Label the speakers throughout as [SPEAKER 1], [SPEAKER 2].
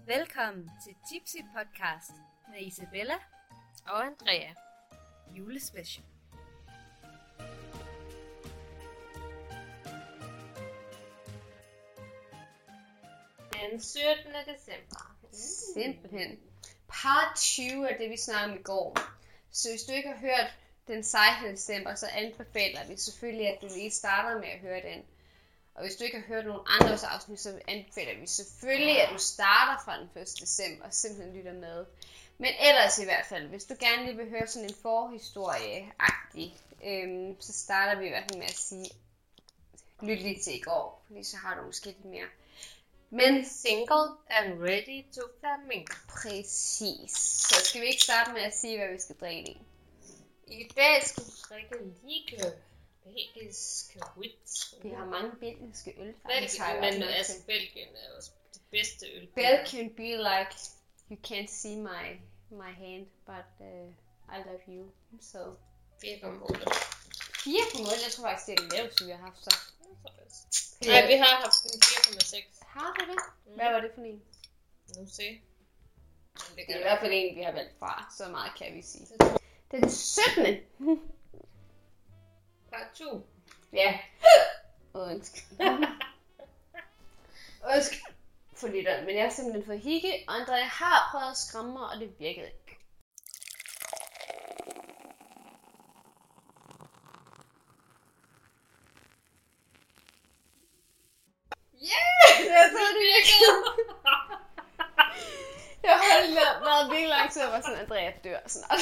[SPEAKER 1] Velkommen til Gypsy Podcast med Isabella
[SPEAKER 2] og Andrea.
[SPEAKER 1] Julespecial.
[SPEAKER 2] Den 17. december.
[SPEAKER 3] Simpelthen. Part 20 af det, vi snakkede om i går. Så hvis du ikke har hørt den 16. december, så anbefaler vi selvfølgelig, at du lige starter med at høre den. Og hvis du ikke har hørt nogen andre afsnit, så anbefaler vi selvfølgelig, at du starter fra den 1. december og simpelthen lytter med. Men ellers i hvert fald, hvis du gerne lige vil høre sådan en forhistorie-agtig, så starter vi i hvert fald med at sige, lyt lige til i går, fordi så har du måske lidt mere.
[SPEAKER 2] Men single and ready to flamingo.
[SPEAKER 3] Præcis. Så skal vi ikke starte med at sige, hvad vi skal drikke i?
[SPEAKER 2] I dag skal vi drikke ligue. Belgisk wit.
[SPEAKER 3] Vi har mange belgiske øl.
[SPEAKER 2] Belgien, men altså Belgien er også det bedste øl.
[SPEAKER 3] Belgian be like, you can't see my hand, but I love you. So
[SPEAKER 2] 4,8.
[SPEAKER 3] 4,0, jeg tror faktisk, det er det laveste, vi har haft så.
[SPEAKER 2] Nej, vi har haft en 4,6.
[SPEAKER 3] Har du det? Hvad var det for en?
[SPEAKER 2] Nu se.
[SPEAKER 3] Det er i hvert fald en, vi har valgt fra. Så meget kan vi sige. Den 17.
[SPEAKER 2] Part 2.
[SPEAKER 3] Ja. Undskyld. Undskyld for lytteren, men jeg har simpelthen fået hikke, og Andrea har prøvet at skræmme mig, og det virkede ikke. Jeg troede, det virkede. Jeg holdt været virkelig lang tid, og var sådan, Andrea dør snart.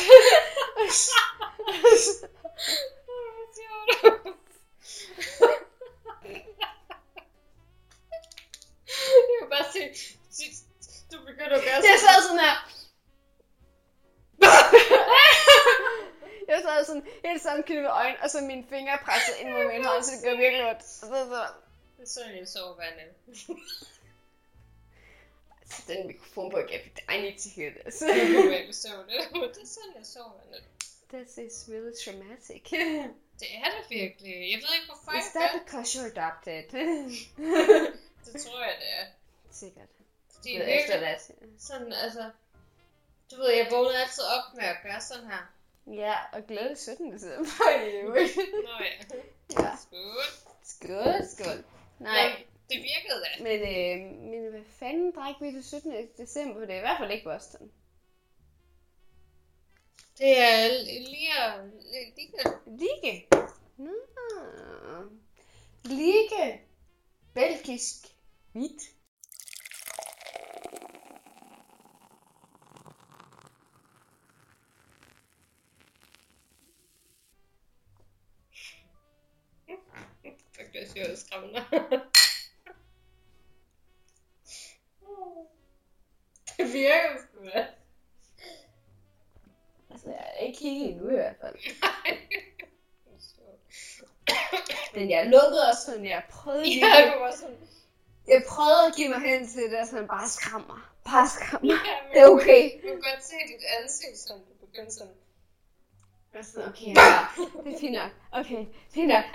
[SPEAKER 2] Jeg kan bare se, du begynder at gøre
[SPEAKER 3] Jeg sad sådan her. Jeg sad sådan helt sammenknyttet med øjnene, og så mine fingre presset ind mod min hånd, så det gør virkelig ondt. Så
[SPEAKER 2] det er sådan, jeg sover hver nat.
[SPEAKER 3] Den mikrofon på igen, I need to hear this.
[SPEAKER 2] Det er sådan, jeg sover hver nat.
[SPEAKER 3] This is really traumatic.
[SPEAKER 2] Det er det virkelig. Jeg ved ikke, hvorfor
[SPEAKER 3] Is that because you're adopted?
[SPEAKER 2] Det tror jeg, det er.
[SPEAKER 3] Sikkert.
[SPEAKER 2] Det er virkelig sådan, altså... Du ved, jeg vågnede altid op med at gøre sådan her.
[SPEAKER 3] Ja, og glæde 17. december.
[SPEAKER 2] Nå ja.
[SPEAKER 3] Ja. Skål. Nej.
[SPEAKER 2] Det virkede da.
[SPEAKER 3] Men hvad fanden drak vi det 17. december? For det er i hvert fald ikke Boston.
[SPEAKER 2] Det er
[SPEAKER 3] Ligue. Nå. Ligue. Belgisk hvidt.
[SPEAKER 2] Det er jo skræmmende. Det virker sgu da.
[SPEAKER 3] Altså, jeg er ikke kigget endnu i hvert fald. Men jeg lukkede også sådan, jeg prøvede lige.
[SPEAKER 2] Ja, du var sådan.
[SPEAKER 3] Jeg prøvede at give mig hen til det, og sådan bare skræmmer.
[SPEAKER 2] Ja,
[SPEAKER 3] det er okay.
[SPEAKER 2] Du kan godt se dit ansigt, som du begyndte sådan.
[SPEAKER 3] Okay, ja. Det er fint nok. Okay, fint nok.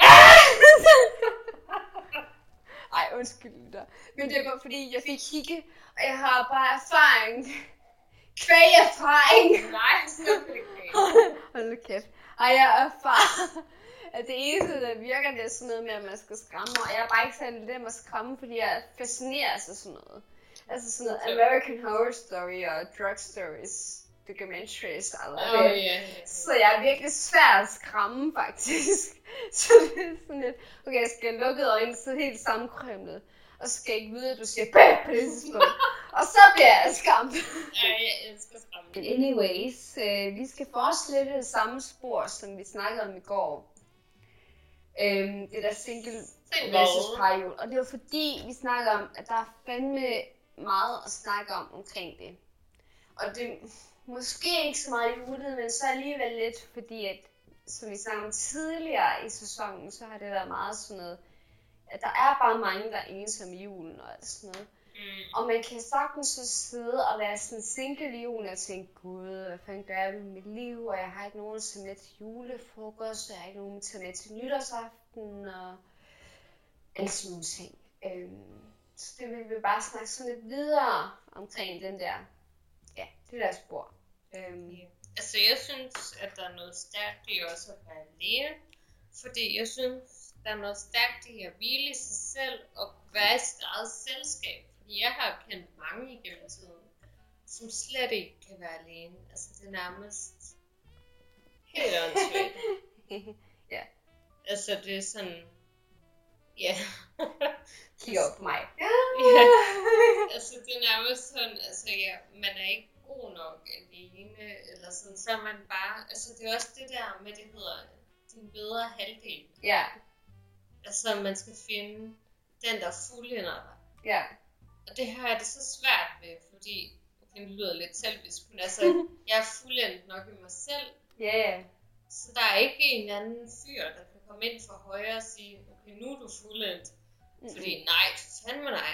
[SPEAKER 3] Ej, undskyld lytter. Men det var fordi, jeg fik hikke, og jeg har bare erfaring. Kvæg erfaring.
[SPEAKER 2] Nej, det ikke.
[SPEAKER 3] Hold nu kæft. Ej, jeg erfarer, at det eneste, der virker, det er sådan noget med, at man skal skræmme. Og jeg er bare ikke sådan lidt at skræmme, fordi jeg fascinerer sig sådan noget. Altså sådan noget American Horror Story og Drug Stories. Documentaries, Så jeg er virkelig svær at skræmme, faktisk. Så det er sådan lidt, okay, jeg skal lukke øjnene, så helt sammenkrømlet. Og så skal jeg ikke vide, at du siger bæh på det tidspunkt. Og så bliver jeg skræmt.
[SPEAKER 2] Ja, jeg elsker skræmme.
[SPEAKER 3] Anyways, vi skal fortsætte det samme spor, som vi snakkede om i går. Det der single versus parjul. Og det var fordi, vi snakker om, at der er fandme meget at snakke om omkring det. Og det måske ikke så meget julet, men så alligevel lidt, fordi at, som vi snakkede om tidligere i sæsonen, så har det været meget sådan noget, at der er bare mange, der er ensomme i julen og alt sådan noget. Og man kan sagtens så sidde og være sådan single i julen og tænke, gud, hvad fanden gør jeg med mit liv, og jeg har ikke nogen til med til julefrokost, og jeg har ikke nogen til med til nytårsaften, og alle sådan nogle ting. Så det vil vi bare snakke sådan lidt videre omkring den der, ja, det der spor.
[SPEAKER 2] Altså jeg synes, at der er noget stærkt i også at være alene, fordi jeg synes, der er noget stærkt i at hvile i sig selv og være i sit eget selskab. Fordi jeg har kendt mange igennem tiden, som slet ikke kan være alene. Altså det er nærmest helt åndssvagt.
[SPEAKER 3] Ja.
[SPEAKER 2] Altså det er sådan, ja.
[SPEAKER 3] Kig op på mig.
[SPEAKER 2] Ja. Altså det er nærmest sådan, altså ja, man er ikke god nok alene, eller sådan, så er man bare, altså det er også det der med, det hedder din bedre halvdel.
[SPEAKER 3] Ja.
[SPEAKER 2] Altså man skal finde den, der fuldender dig.
[SPEAKER 3] Ja.
[SPEAKER 2] Og det har jeg det så svært med, fordi, okay, det lyder lidt selvisk, men altså, jeg er fuldendt nok i mig selv.
[SPEAKER 3] Ja, ja.
[SPEAKER 2] Så der er ikke en anden fyr, der kan komme ind fra højre og sige, okay, nu er du fuldendt. Fordi nej, fandme nej.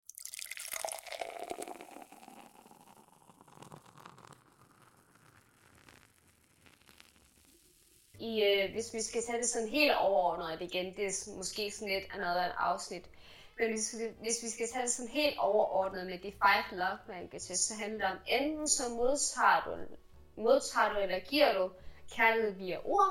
[SPEAKER 3] Hvis vi skal tage det sådan helt overordnet igen, det er måske sådan lidt another afsnit, men hvis vi skal tage det sådan helt overordnet med de 5 love languages, så handler det om enten så modtager du eller giver du kærlighed via ord,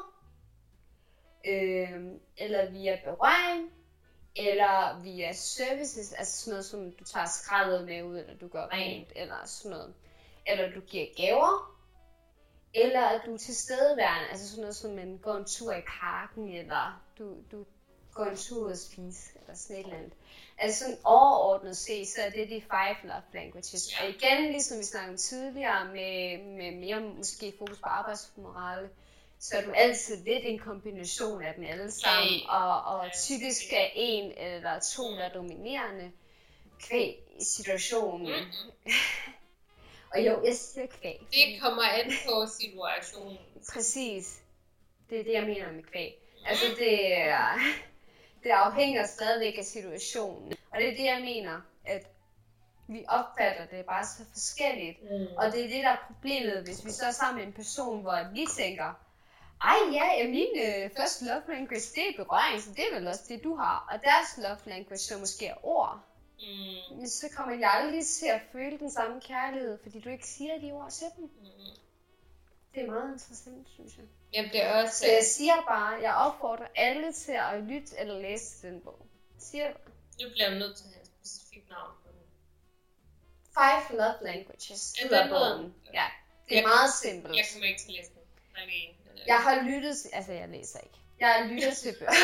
[SPEAKER 3] eller via berøring, eller via services, altså sådan noget som du tager skraldet med ud, eller du gør rent, eller sådan noget, eller du giver gaver, eller at du er tilstedeværende, altså sådan noget som man går en tur i parken, eller du går en tur ud og spise, eller sådan et eller andet. Altså sådan overordnet set, så er det de 5 love languages. Og igen, ligesom vi snakkede om tidligere, med mere måske fokus på arbejdsmorale, så er du altid lidt en kombination af dem alle sammen, og typisk er en eller to, der er dominerende kvæg i situationen. Og jo, jeg siger kvæg.
[SPEAKER 2] Det kommer an på situationen.
[SPEAKER 3] Præcis. Det er det, jeg mener med kvæg. Altså, det afhænger stadigvæk af situationen. Og det er det, jeg mener, at vi opfatter det bare så forskelligt. Og det er det, der er problemet, hvis vi så er sammen med en person, hvor vi tænker, min første love language, det er berøring, så det er vel også det, du har. Og deres love language så måske er ord. Men så kommer jeg aldrig til at føle den samme kærlighed, fordi du ikke siger de ord til dem. Det er meget interessant, synes jeg.
[SPEAKER 2] Jamen, det er også...
[SPEAKER 3] Så jeg siger bare, jeg opfordrer alle til at lytte eller læse den bog. Siger du?
[SPEAKER 2] Nu bliver jeg nødt til at have et specifikt navn på den.
[SPEAKER 3] 5 love languages.
[SPEAKER 2] Er det bogen?
[SPEAKER 3] Ja, det er meget simpelt.
[SPEAKER 2] Jeg kommer ikke til at læse den.
[SPEAKER 3] Jeg har lyttet, altså jeg læser ikke. Jeg har lyttet til bøger.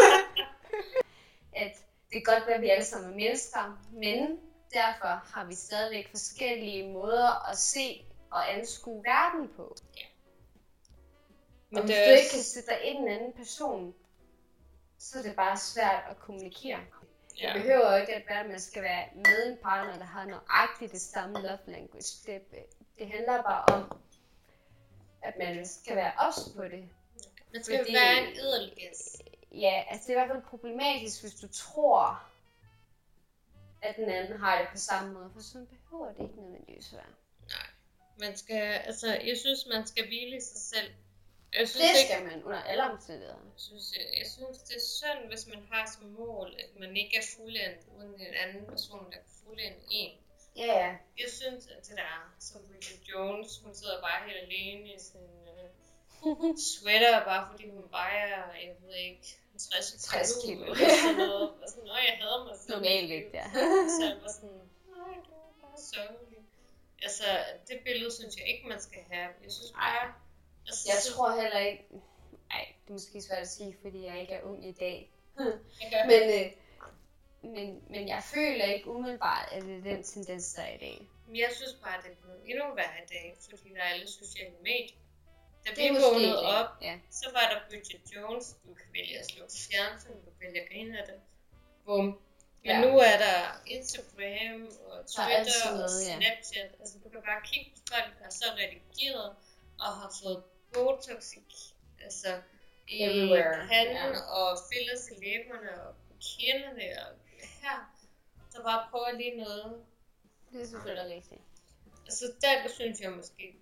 [SPEAKER 3] At det kan godt være, at vi alle sammen er mennesker, men derfor har vi stadigvæk forskellige måder at se og anskue verden på.
[SPEAKER 2] Ja.
[SPEAKER 3] Men og hvis du ikke kan sætte dig ind i en anden person, så er det bare svært at kommunikere. Ja. Det behøver jo ikke at være, at man skal være med en partner, der har nøjagtigt det samme love language. Det handler bare om, at man skal være ops på det.
[SPEAKER 2] Man skal være en ædelgæst.
[SPEAKER 3] Ja, altså det er i hvert fald problematisk, hvis du tror, at den anden har det på samme måde, for sådan behøver det ikke nødvendigvis være.
[SPEAKER 2] Nej, man skal, altså jeg synes, man skal hvile i sig selv.
[SPEAKER 3] Det skal man under alle omstændigheder.
[SPEAKER 2] Jeg synes, det er synd, hvis man har som mål, at man ikke er fuldendt uden en anden person, der kan fuldende en.
[SPEAKER 3] Ja, ja.
[SPEAKER 2] Jeg synes, at det der, som Bridget Jones, hun sidder bare helt alene i sin sweater, bare fordi hun vejer, jeg ved ikke, 60 kilo. Eller sådan noget. Og sådan, jeg hader mig sådan.
[SPEAKER 3] Normalvægt, ja.
[SPEAKER 2] Så jeg var sådan, nej, det var bare sørgelig. Altså, det billede synes jeg ikke, man skal have. Jeg synes bare... Altså,
[SPEAKER 3] jeg tror heller ikke... Ej, det er måske svært at sige, fordi jeg ikke er ung i dag. Men jeg føler ikke umiddelbart, at det er den tendens, der er i dag.
[SPEAKER 2] Men jeg synes bare, at det er blevet endnu værre i dag, fordi der er alle sociale medier. Da vi vågnede op, så var der Bridget Jones. Du kan vælge at slå fjernsyn, du kan vælge at grine af det. Bum. Men nu er der Instagram og Twitter og Snapchat. Altså du kan bare kigge på folk, der er så redigeret og har fået botox altså i panden og filler til læberne og på kinderne og her. Der bare prøver lige noget.
[SPEAKER 3] Det er selvfølgelig rigtigt.
[SPEAKER 2] Altså der synes jeg måske...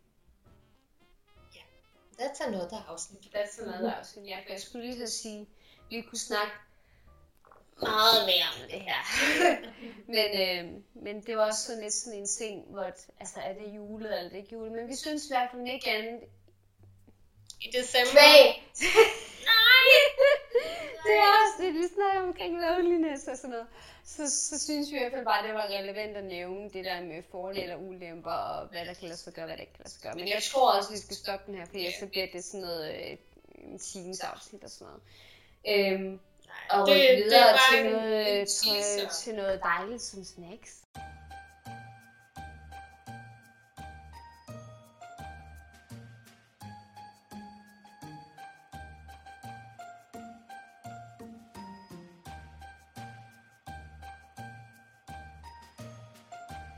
[SPEAKER 2] That's another afsnit.
[SPEAKER 3] Jeg skulle lige så sige, vi kunne snakke meget mere om det her. Men det var også sådan lidt sådan en ting, hvor altså, er det julet eller er det ikke julet? Men vi synes i hvert fald ikke andet.
[SPEAKER 2] I december?
[SPEAKER 3] Nej! Det er også det, vi snakker omkring loneliness og sådan noget. Så synes vi i hvert fald bare, det var relevant at nævne det der med fordele og ulemper, og hvad der kan lade sig gøre, hvad der ikke kan lade sig gøre. Men jeg tror også, vi skal stoppe den her, for så bliver det sådan noget en times afsnit og sådan noget. Og rykke videre til noget dejligt som snacks.